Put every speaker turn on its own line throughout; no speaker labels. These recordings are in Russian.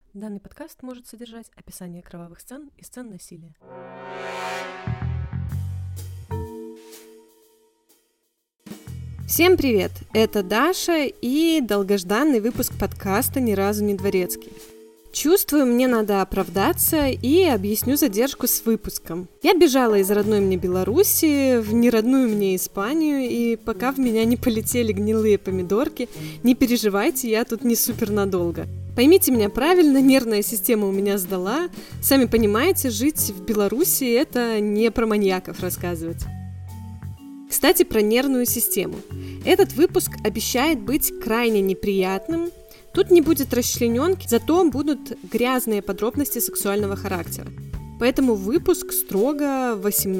Данный подкаст может содержать описание кровавых сцен и сцен насилия.
Всем привет! Это Даша и долгожданный выпуск подкаста «Ни разу не дворецкий». Чувствую, мне надо оправдаться и объясню задержку с выпуском. Я бежала из родной мне Беларуси в неродную мне Испанию, и пока в меня не полетели гнилые помидорки, не переживайте, я тут не супер надолго. Поймите меня правильно, нервная система у меня сдала. Сами понимаете, жить в Беларуси — это не про маньяков рассказывать. Кстати, про нервную систему. Этот выпуск обещает быть крайне неприятным. Тут не будет расчлененки, зато будут грязные подробности сексуального характера. Поэтому выпуск строго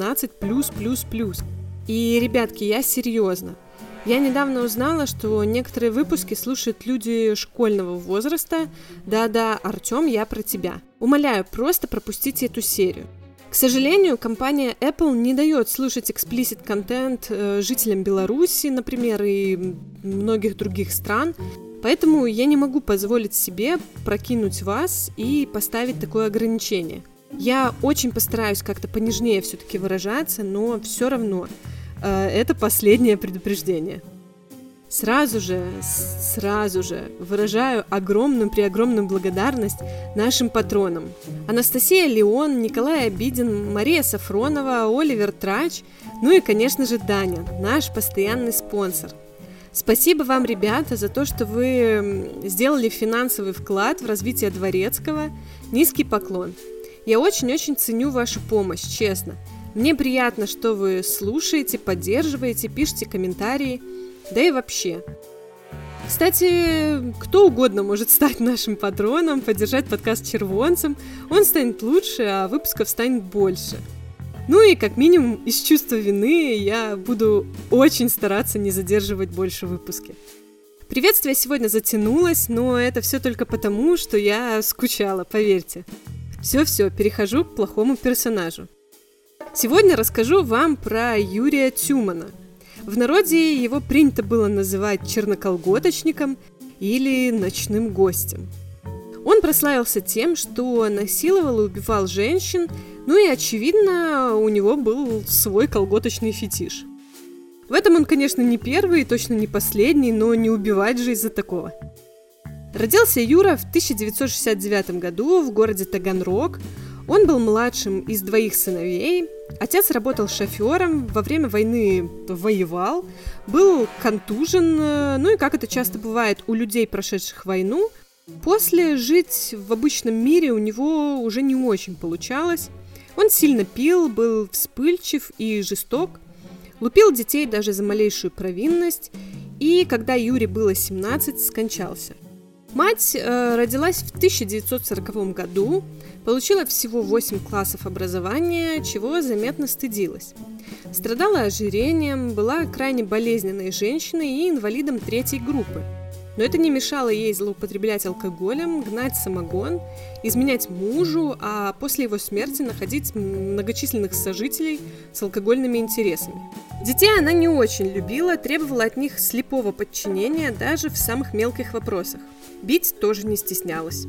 18+++. И, ребятки, я серьезно. Я недавно узнала, что некоторые выпуски слушают люди школьного возраста. Да-да, Артём, я про тебя. Умоляю, просто пропустите эту серию. К сожалению, компания Apple не дает слушать explicit контент жителям Беларуси, например, и многих других стран. Поэтому я не могу позволить себе прокинуть вас и поставить такое ограничение. Я очень постараюсь как-то понежнее все-таки выражаться, но все равно это последнее предупреждение. Сразу же выражаю огромную благодарность нашим патронам. Анастасия Леон, Николай Обидин, Мария Сафронова, Оливер Трач, ну и, конечно же, Даня, наш постоянный спонсор. Спасибо вам, ребята, за то, что вы сделали финансовый вклад в развитие Дворецкого. Низкий поклон. Я очень-очень ценю вашу помощь, честно. Мне приятно, что вы слушаете, поддерживаете, пишите комментарии, да и вообще. Кстати, кто угодно может стать нашим патроном, поддержать подкаст червонцем. Он станет лучше, а выпусков станет больше. Ну и как минимум из чувства вины я буду очень стараться не задерживать больше выпуски. Приветствие сегодня затянулось, но это все только потому, что я скучала, поверьте. Все, перехожу к плохому персонажу. Сегодня расскажу вам про Юрия Тюмана. В народе его принято было называть черноколготочником или ночным гостем. Он прославился тем, что насиловал и убивал женщин, ну и, очевидно, у него был свой колготочный фетиш. В этом он, конечно, не первый и точно не последний, но не убивать же из-за такого. Родился Юра в 1969 году в городе Таганрог. Он был младшим из двоих сыновей. Отец работал шофером, во время войны воевал, был контужен, ну и, как это часто бывает у людей, прошедших войну, после жить в обычном мире у него уже не очень получалось. Он сильно пил, был вспыльчив и жесток, лупил детей даже за малейшую провинность, и когда Юре было 17, скончался. Мать родилась в 1940 году, получила всего 8 классов образования, чего заметно стыдилась. Страдала ожирением, была крайне болезненной женщиной и инвалидом 3-й группы. Но это не мешало ей злоупотреблять алкоголем, гнать самогон, изменять мужу, а после его смерти находить многочисленных сожителей с алкогольными интересами. Детей она не очень любила, требовала от них слепого подчинения даже в самых мелких вопросах. Бить тоже не стеснялась.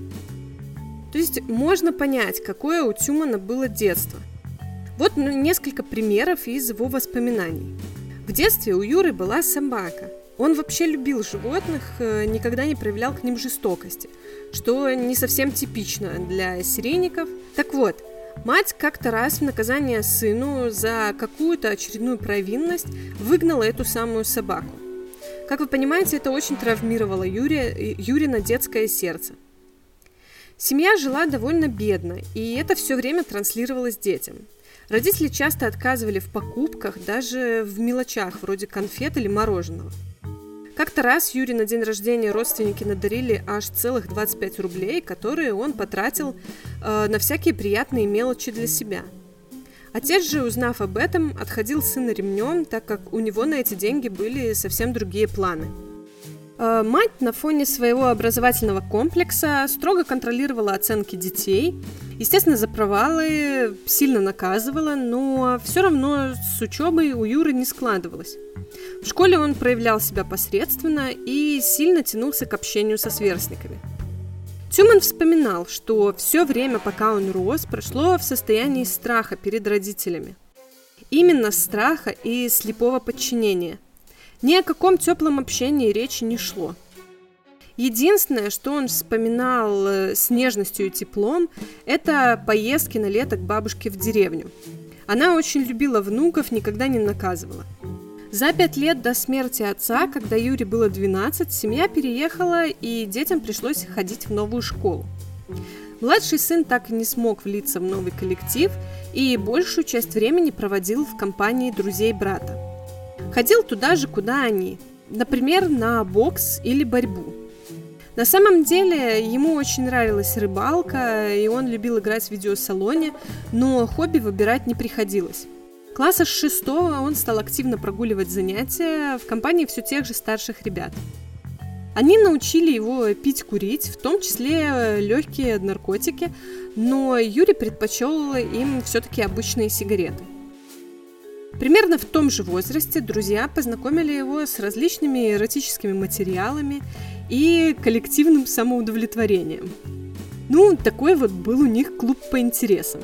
То есть можно понять, какое у Тюмана было детство. Вот несколько примеров из его воспоминаний. В детстве у Юры была собака. Он вообще любил животных, никогда не проявлял к ним жестокости, что не совсем типично для серийников. Так вот, мать как-то раз в наказание сыну за какую-то очередную провинность выгнала эту самую собаку. Как вы понимаете, это очень травмировало Юрина детское сердце. Семья жила довольно бедно, и это все время транслировалось детям. Родители часто отказывали в покупках, даже в мелочах, вроде конфет или мороженого. Как-то раз Юре на день рождения родственники надарили аж целых 25 рублей, которые он потратил на всякие приятные мелочи для себя. Отец же, узнав об этом, отходил сына ремнем, так как у него на эти деньги были совсем другие планы. Мать на фоне своего образовательного комплекса строго контролировала оценки детей, естественно, за провалы сильно наказывала, но все равно с учебой у Юры не складывалось. В школе он проявлял себя посредственно и сильно тянулся к общению со сверстниками. Тюман вспоминал, что все время, пока он рос, прошло в состоянии страха перед родителями. Именно страха и слепого подчинения. Ни о каком теплом общении речи не шло. Единственное, что он вспоминал с нежностью и теплом, это поездки на лето к бабушке в деревню. Она очень любила внуков, никогда не наказывала. За 5 лет до смерти отца, когда Юре было 12, семья переехала, и детям пришлось ходить в новую школу. Младший сын так и не смог влиться в новый коллектив и большую часть времени проводил в компании друзей брата. Ходил туда же, куда они, например, на бокс или борьбу. На самом деле, ему очень нравилась рыбалка, и он любил играть в видеосалоне, но хобби выбирать не приходилось. Класса с 6 он стал активно прогуливать занятия в компании все тех же старших ребят. Они научили его пить, курить, в том числе легкие наркотики, но Юрий предпочел им все-таки обычные сигареты. Примерно в том же возрасте друзья познакомили его с различными эротическими материалами и коллективным самоудовлетворением. Такой вот был у них клуб по интересам.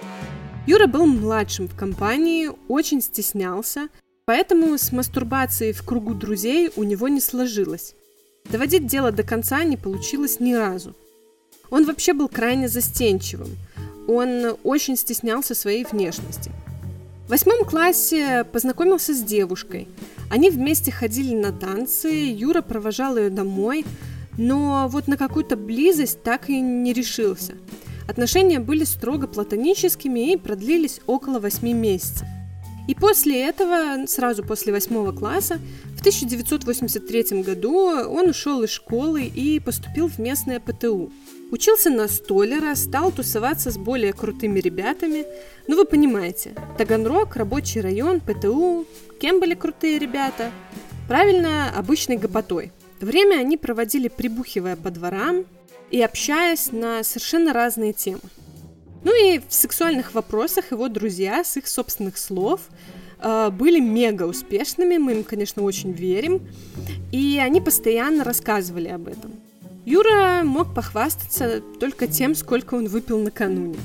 Юра был младшим в компании, очень стеснялся, поэтому с мастурбацией в кругу друзей у него не сложилось. Доводить дело до конца не получилось ни разу. Он вообще был крайне застенчивым, он очень стеснялся своей внешности. В 8 классе познакомился с девушкой. Они вместе ходили на танцы, Юра провожал ее домой, но вот на какую-то близость так и не решился. Отношения были строго платоническими и продлились около 8 месяцев. И после этого, сразу после 8 класса, в 1983 году он ушел из школы и поступил в местное ПТУ. Учился на столяра, стал тусоваться с более крутыми ребятами. Вы понимаете, Таганрог, рабочий район, ПТУ. Кем были крутые ребята? Правильно, обычной гопотой. Время они проводили, прибухивая по дворам и общаясь на совершенно разные темы. И в сексуальных вопросах его друзья, с их собственных слов, были мега успешными, мы им, конечно, очень верим, и они постоянно рассказывали об этом. Юра мог похвастаться только тем, сколько он выпил накануне.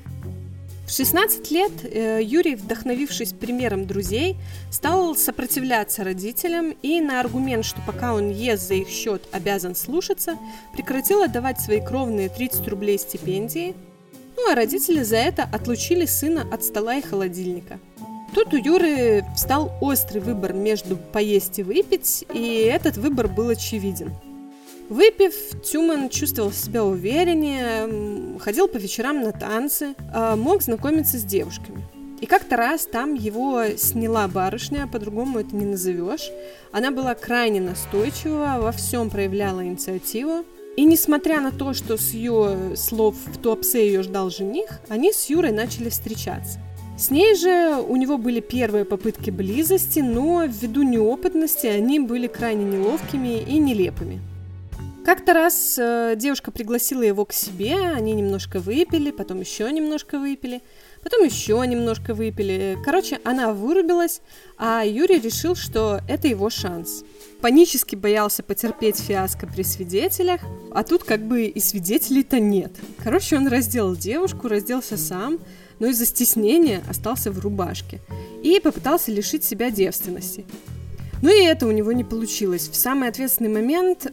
В 16 лет Юрий, вдохновившись примером друзей, стал сопротивляться родителям и на аргумент, что пока он ест за их счет, обязан слушаться, прекратил отдавать свои кровные 30 рублей стипендии, а родители за это отлучили сына от стола и холодильника. Тут у Юры встал острый выбор между поесть и выпить, и этот выбор был очевиден. Выпив, Тюман чувствовал себя увереннее, ходил по вечерам на танцы, мог знакомиться с девушками. И как-то раз там его сняла барышня, по-другому это не назовешь. Она была крайне настойчива, во всем проявляла инициативу. И несмотря на то, что с ее слов в Туапсе ее ждал жених, они с Юрой начали встречаться. С ней же у него были первые попытки близости, но ввиду неопытности они были крайне неловкими и нелепыми. Как-то раз девушка пригласила его к себе, они немножко выпили, потом еще немножко выпили, потом еще немножко выпили. Короче, она вырубилась, а Юрий решил, что это его шанс. Панически боялся потерпеть фиаско при свидетелях, а тут как бы и свидетелей-то нет. Короче, он раздел девушку, разделся сам, но из-за стеснения остался в рубашке и попытался лишить себя девственности. И это у него не получилось. В самый ответственный момент...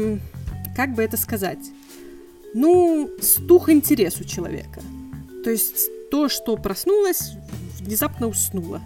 как бы это сказать, стух интерес у человека. То есть то, что проснулось, внезапно уснуло.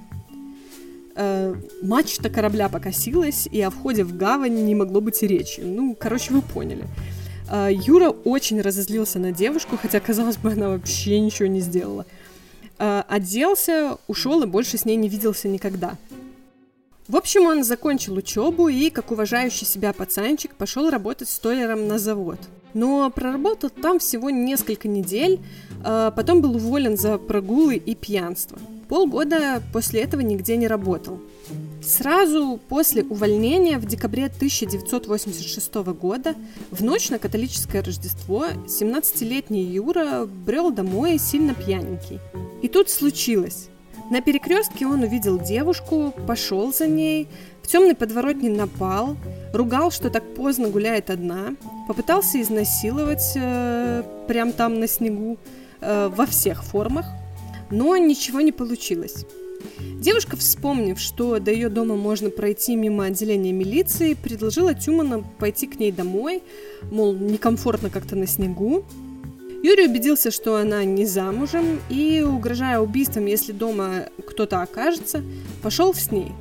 Мачта корабля покосилась, и о входе в гавань не могло быть и речи. Вы поняли. Юра очень разозлился на девушку, хотя, казалось бы, она вообще ничего не сделала. Оделся, ушел и больше с ней не виделся никогда. В общем, он закончил учебу и, как уважающий себя пацанчик, пошел работать столяром на завод. Но проработал там всего несколько недель, потом был уволен за прогулы и пьянство. Полгода после этого нигде не работал. Сразу после увольнения в декабре 1986 года, в ночь на католическое Рождество, 17-летний Юра брел домой сильно пьяненький. И тут случилось. На перекрестке он увидел девушку, пошел за ней, в темной подворотне напал, ругал, что так поздно гуляет одна, попытался изнасиловать прямо там на снегу во всех формах, но ничего не получилось. Девушка, вспомнив, что до ее дома можно пройти мимо отделения милиции, предложила Тюману пойти к ней домой, мол, некомфортно как-то на снегу. Юрий убедился, что она не замужем, и, угрожая убийством, если дома кто-то окажется, пошел с ней.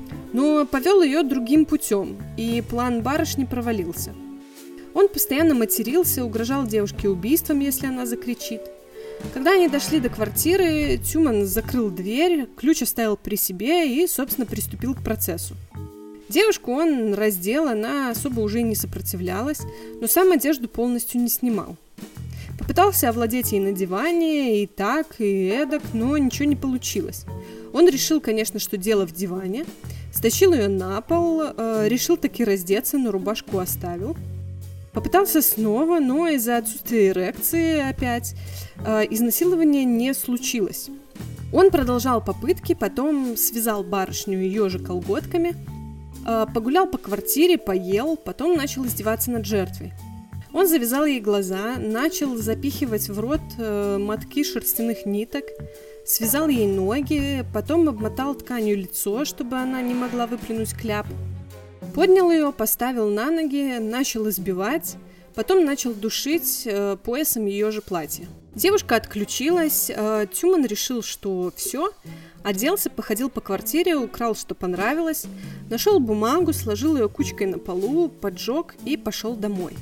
Но повел ее другим путем, и план барышни провалился. Он постоянно матерился, угрожал девушке убийством, если она закричит. Когда они дошли до квартиры, Тюман закрыл дверь, ключ оставил при себе и, собственно, приступил к процессу. Девушку он раздел, она особо уже не сопротивлялась, но сам одежду полностью не снимал. Попытался овладеть ей на диване, и так, и эдак, но ничего не получилось. Он решил, конечно, что дело в диване, стащил ее на пол, решил таки раздеться, но рубашку оставил. Попытался снова, но из-за отсутствия эрекции опять изнасилование не случилось. Он продолжал попытки, потом связал барышню ее же колготками, погулял по квартире, поел, потом начал издеваться над жертвой. Он завязал ей глаза, начал запихивать в рот мотки шерстяных ниток, связал ей ноги, потом обмотал тканью лицо, чтобы она не могла выплюнуть кляп. Поднял ее, поставил на ноги, начал избивать, потом начал душить поясом ее же платье. Девушка отключилась, Тюман решил, что все, оделся, походил по квартире, украл, что понравилось, нашел бумагу, сложил ее кучкой на полу, поджег и пошел домой.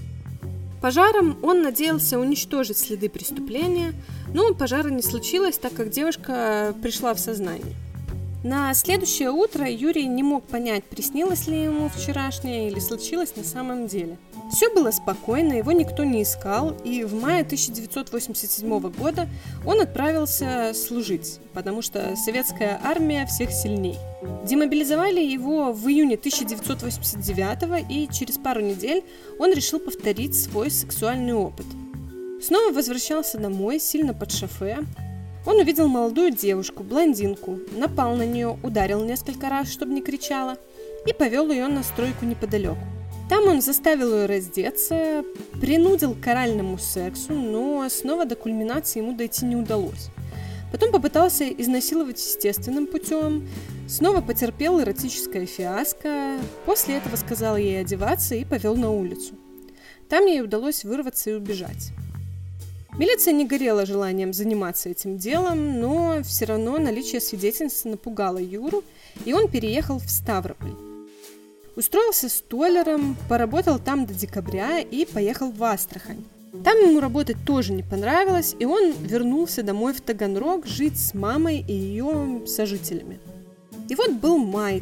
Пожаром он надеялся уничтожить следы преступления, но пожара не случилось, так как девушка пришла в сознание. На следующее утро Юрий не мог понять, приснилось ли ему вчерашнее или случилось на самом деле. Все было спокойно, его никто не искал, и в мае 1987 года он отправился служить, потому что советская армия всех сильней. Демобилизовали его в июне 1989, и через пару недель он решил повторить свой сексуальный опыт. Снова возвращался домой, сильно под шофе. Он увидел молодую девушку, блондинку, напал на нее, ударил несколько раз, чтобы не кричала, и повел ее на стройку неподалеку. Там он заставил ее раздеться, принудил к оральному сексу, но снова до кульминации ему дойти не удалось. Потом попытался изнасиловать естественным путем, снова потерпел эротическое фиаско, после этого сказал ей одеваться и повел на улицу. Там ей удалось вырваться и убежать. Милиция не горела желанием заниматься этим делом, но все равно наличие свидетельницы напугало Юру, и он переехал в Ставрополь. Устроился столяром, поработал там до декабря и поехал в Астрахань. Там ему работать тоже не понравилось, и он вернулся домой в Таганрог жить с мамой и ее сожителями. И вот был май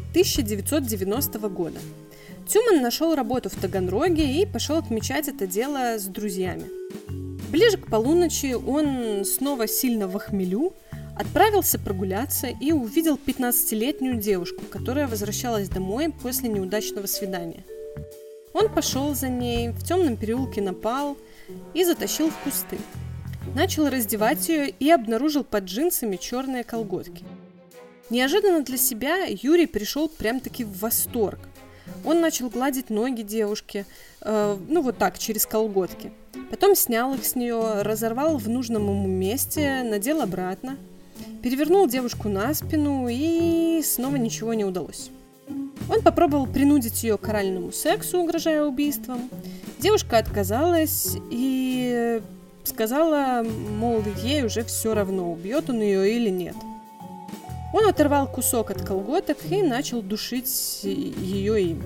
1990 года. Тюман нашел работу в Таганроге и пошел отмечать это дело с друзьями. Ближе к полуночи он снова сильно в хмелю отправился прогуляться и увидел 15-летнюю девушку, которая возвращалась домой после неудачного свидания. Он пошел за ней, в темном переулке напал и затащил в кусты. Начал раздевать ее и обнаружил под джинсами черные колготки. Неожиданно для себя Юрий пришел прям-таки в восторг. Он начал гладить ноги девушки, вот так, через колготки. Потом снял их с нее, разорвал в нужном ему месте, надел обратно, перевернул девушку на спину, и снова ничего не удалось. Он попробовал принудить ее к оральному сексу, угрожая убийством. Девушка отказалась и сказала, мол, ей уже все равно, убьет он ее или нет. Он оторвал кусок от колготок и начал душить ее им.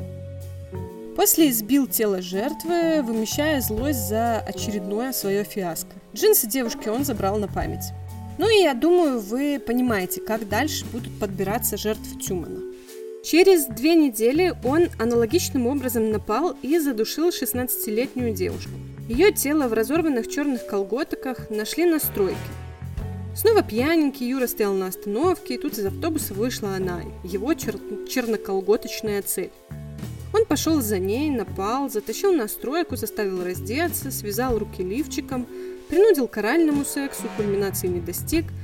После избил тело жертвы, вымещая злость за очередное свое фиаско. Джинсы девушки он забрал на память. Ну и я думаю, вы понимаете, как дальше будут подбираться жертвы Тюмана. Через 2 недели он аналогичным образом напал и задушил 16-летнюю девушку. Ее тело в разорванных черных колготках нашли на стройке. Снова пьяненький Юра стоял на остановке, и тут из автобуса вышла она, его черноколготочная цель. Он пошел за ней, напал, затащил на стройку, заставил раздеться, связал руки лифчиком, принудил к оральному сексу, кульминации не достиг,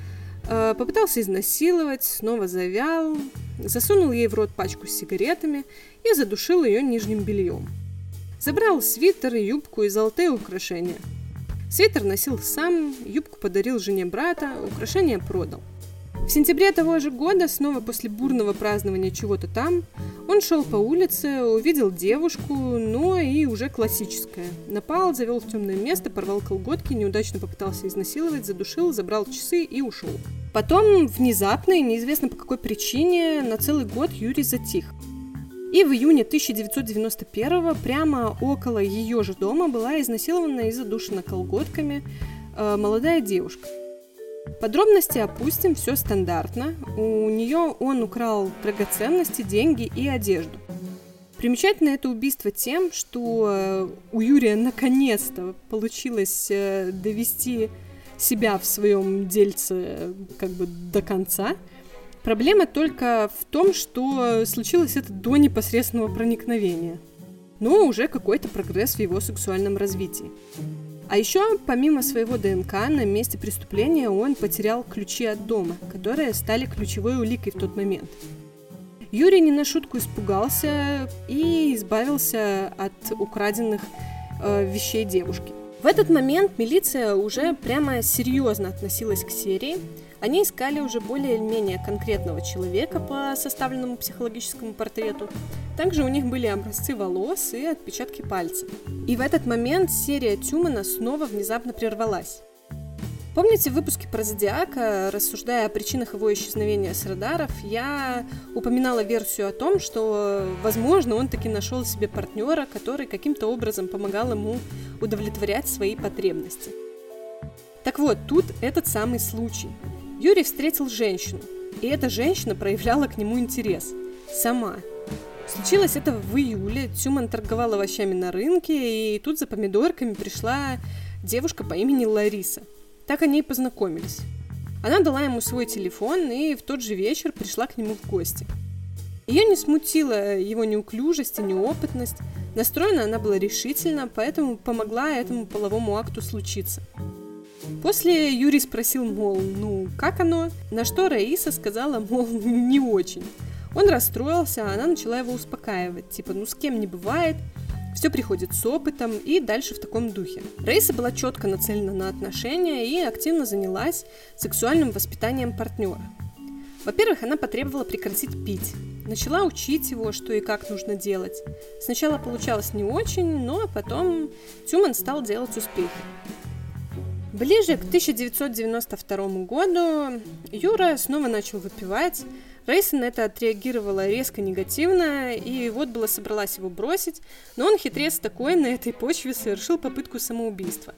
Попытался изнасиловать, снова завял, засунул ей в рот пачку с сигаретами и задушил ее нижним бельем. Забрал свитер, юбку и золотые украшения. Свитер носил сам, юбку подарил жене брата, украшения продал. В сентябре того же года, снова после бурного празднования чего-то там, он шел по улице, увидел девушку, но и уже классическое. Напал, завел в темное место, порвал колготки, неудачно попытался изнасиловать, задушил, забрал часы и ушел. Потом, внезапно и неизвестно по какой причине, на целый год Юрий затих. И в июне 1991-го прямо около ее же дома была изнасилована и задушена колготками молодая девушка. Подробности опустим, все стандартно. У нее он украл драгоценности, деньги и одежду. Примечательно это убийство тем, что у Юрия наконец-то получилось довести себя в своем дельце до конца. Проблема только в том, что случилось это до непосредственного проникновения. Но уже какой-то прогресс в его сексуальном развитии. А еще, помимо своего ДНК, на месте преступления он потерял ключи от дома, которые стали ключевой уликой в тот момент. Юрий не на шутку испугался и избавился от украденных вещей девушки. В этот момент милиция уже прямо серьезно относилась к серии. Они искали уже более-менее конкретного человека по составленному психологическому портрету. Также у них были образцы волос и отпечатки пальцев. И в этот момент серия Тюмана снова внезапно прервалась. Помните, в выпуске про Зодиака, рассуждая о причинах его исчезновения с радаров, я упоминала версию о том, что, возможно, он таки нашел себе партнера, который каким-то образом помогал ему удовлетворять свои потребности. Так вот, тут этот самый случай. Юрий встретил женщину, и эта женщина проявляла к нему интерес. Сама. Случилось это в июле, Тюман торговал овощами на рынке, и тут за помидорками пришла девушка по имени Лариса. Так они и познакомились. Она дала ему свой телефон, и в тот же вечер пришла к нему в гости. Ее не смутила его неуклюжесть и неопытность, настроена она была решительно, поэтому помогла этому половому акту случиться. После Юрий спросил, мол, как оно? На что Раиса сказала, мол, не очень. Он расстроился, а она начала его успокаивать, типа, с кем не бывает, все приходит с опытом и дальше в таком духе. Раиса была четко нацелена на отношения и активно занялась сексуальным воспитанием партнера. Во-первых, она потребовала прекратить пить. Начала учить его, что и как нужно делать. Сначала получалось не очень, но потом Тюман стал делать успехи. Ближе к 1992 году Юра снова начал выпивать. Раиса на это отреагировала резко негативно, и вот была собралась его бросить, но он хитрец такой на этой почве совершил попытку самоубийства.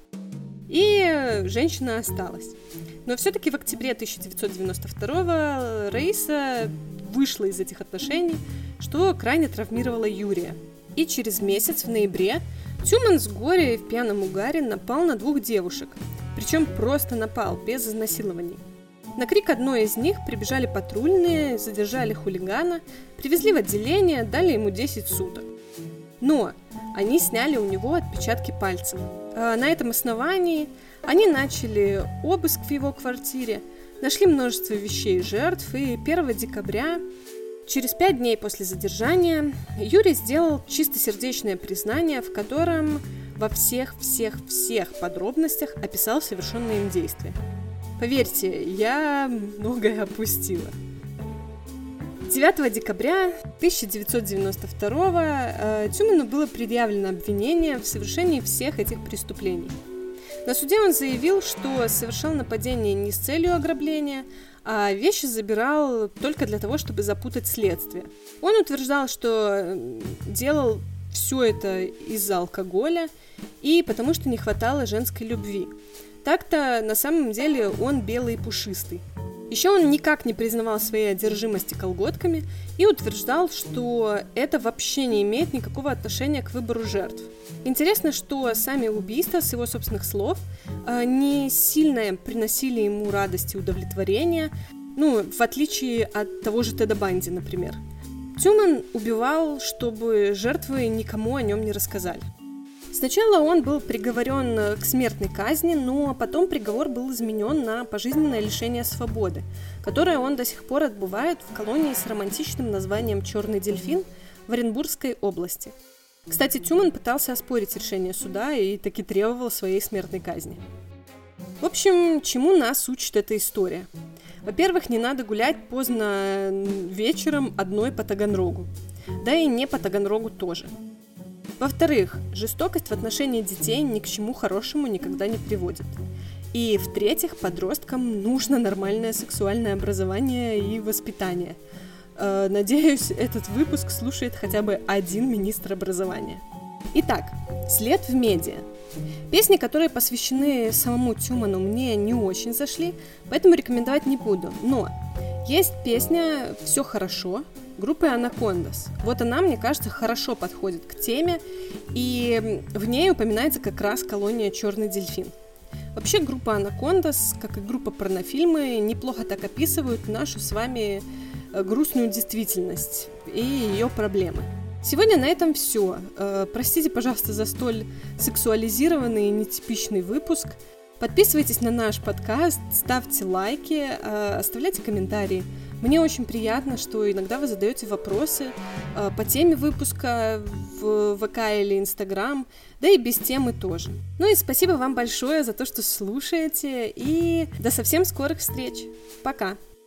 И женщина осталась. Но все-таки в октябре 1992 Раиса вышла из этих отношений, что крайне травмировало Юрия. И через месяц, в ноябре, Тюман с горя и в пьяном угаре напал на 2 девушек. Причем просто напал, без изнасилований. На крик одной из них прибежали патрульные, задержали хулигана, привезли в отделение, дали ему 10 суток. Но они сняли у него отпечатки пальцев. На этом основании они начали обыск в его квартире, нашли множество вещей жертв, и 1 декабря, через 5 дней после задержания, Юрий сделал чистосердечное признание, в котором во всех подробностях описал совершенные им действия. Поверьте, я многое опустила. 9 декабря 1992 Тюману было предъявлено обвинение в совершении всех этих преступлений. На суде он заявил, что совершал нападение не с целью ограбления, а вещи забирал только для того, чтобы запутать следствие. Он утверждал, что делал все это из-за алкоголя и потому что не хватало женской любви. Так-то на самом деле он белый и пушистый. Еще он никак не признавал своей одержимости колготками и утверждал, что это вообще не имеет никакого отношения к выбору жертв. Интересно, что сами убийства, с его собственных слов, не сильно приносили ему радость и удовлетворение, в отличие от того же Теда Банди, например. Тюман убивал, чтобы жертвы никому о нем не рассказали. Сначала он был приговорен к смертной казни, но потом приговор был изменен на пожизненное лишение свободы, которое он до сих пор отбывает в колонии с романтичным названием «Черный дельфин» в Оренбургской области. Кстати, Тюман пытался оспорить решение суда и таки требовал своей смертной казни. В общем, чему нас учит эта история? Во-первых, не надо гулять поздно вечером одной по Таганрогу. Да и не по Таганрогу тоже. Во-вторых, жестокость в отношении детей ни к чему хорошему никогда не приводит. И в-третьих, подросткам нужно нормальное сексуальное образование и воспитание. Надеюсь, этот выпуск слушает хотя бы один министр образования. Итак, «След в медиа». Песни, которые посвящены самому Тюману, мне не очень зашли, поэтому рекомендовать не буду. Но есть песня «Все хорошо» группы Анакондас. Вот она, мне кажется, хорошо подходит к теме, и в ней упоминается как раз колония «Черный дельфин». Вообще группа Анакондас, как и группа порнофильмы, неплохо так описывают нашу с вами грустную действительность и ее проблемы. Сегодня на этом все. Простите, пожалуйста, за столь сексуализированный и нетипичный выпуск. Подписывайтесь на наш подкаст, ставьте лайки, оставляйте комментарии. Мне очень приятно, что иногда вы задаете вопросы по теме выпуска в ВК или Инстаграм, да и без темы тоже. Ну и спасибо вам большое за то, что слушаете, и до совсем скорых встреч. Пока!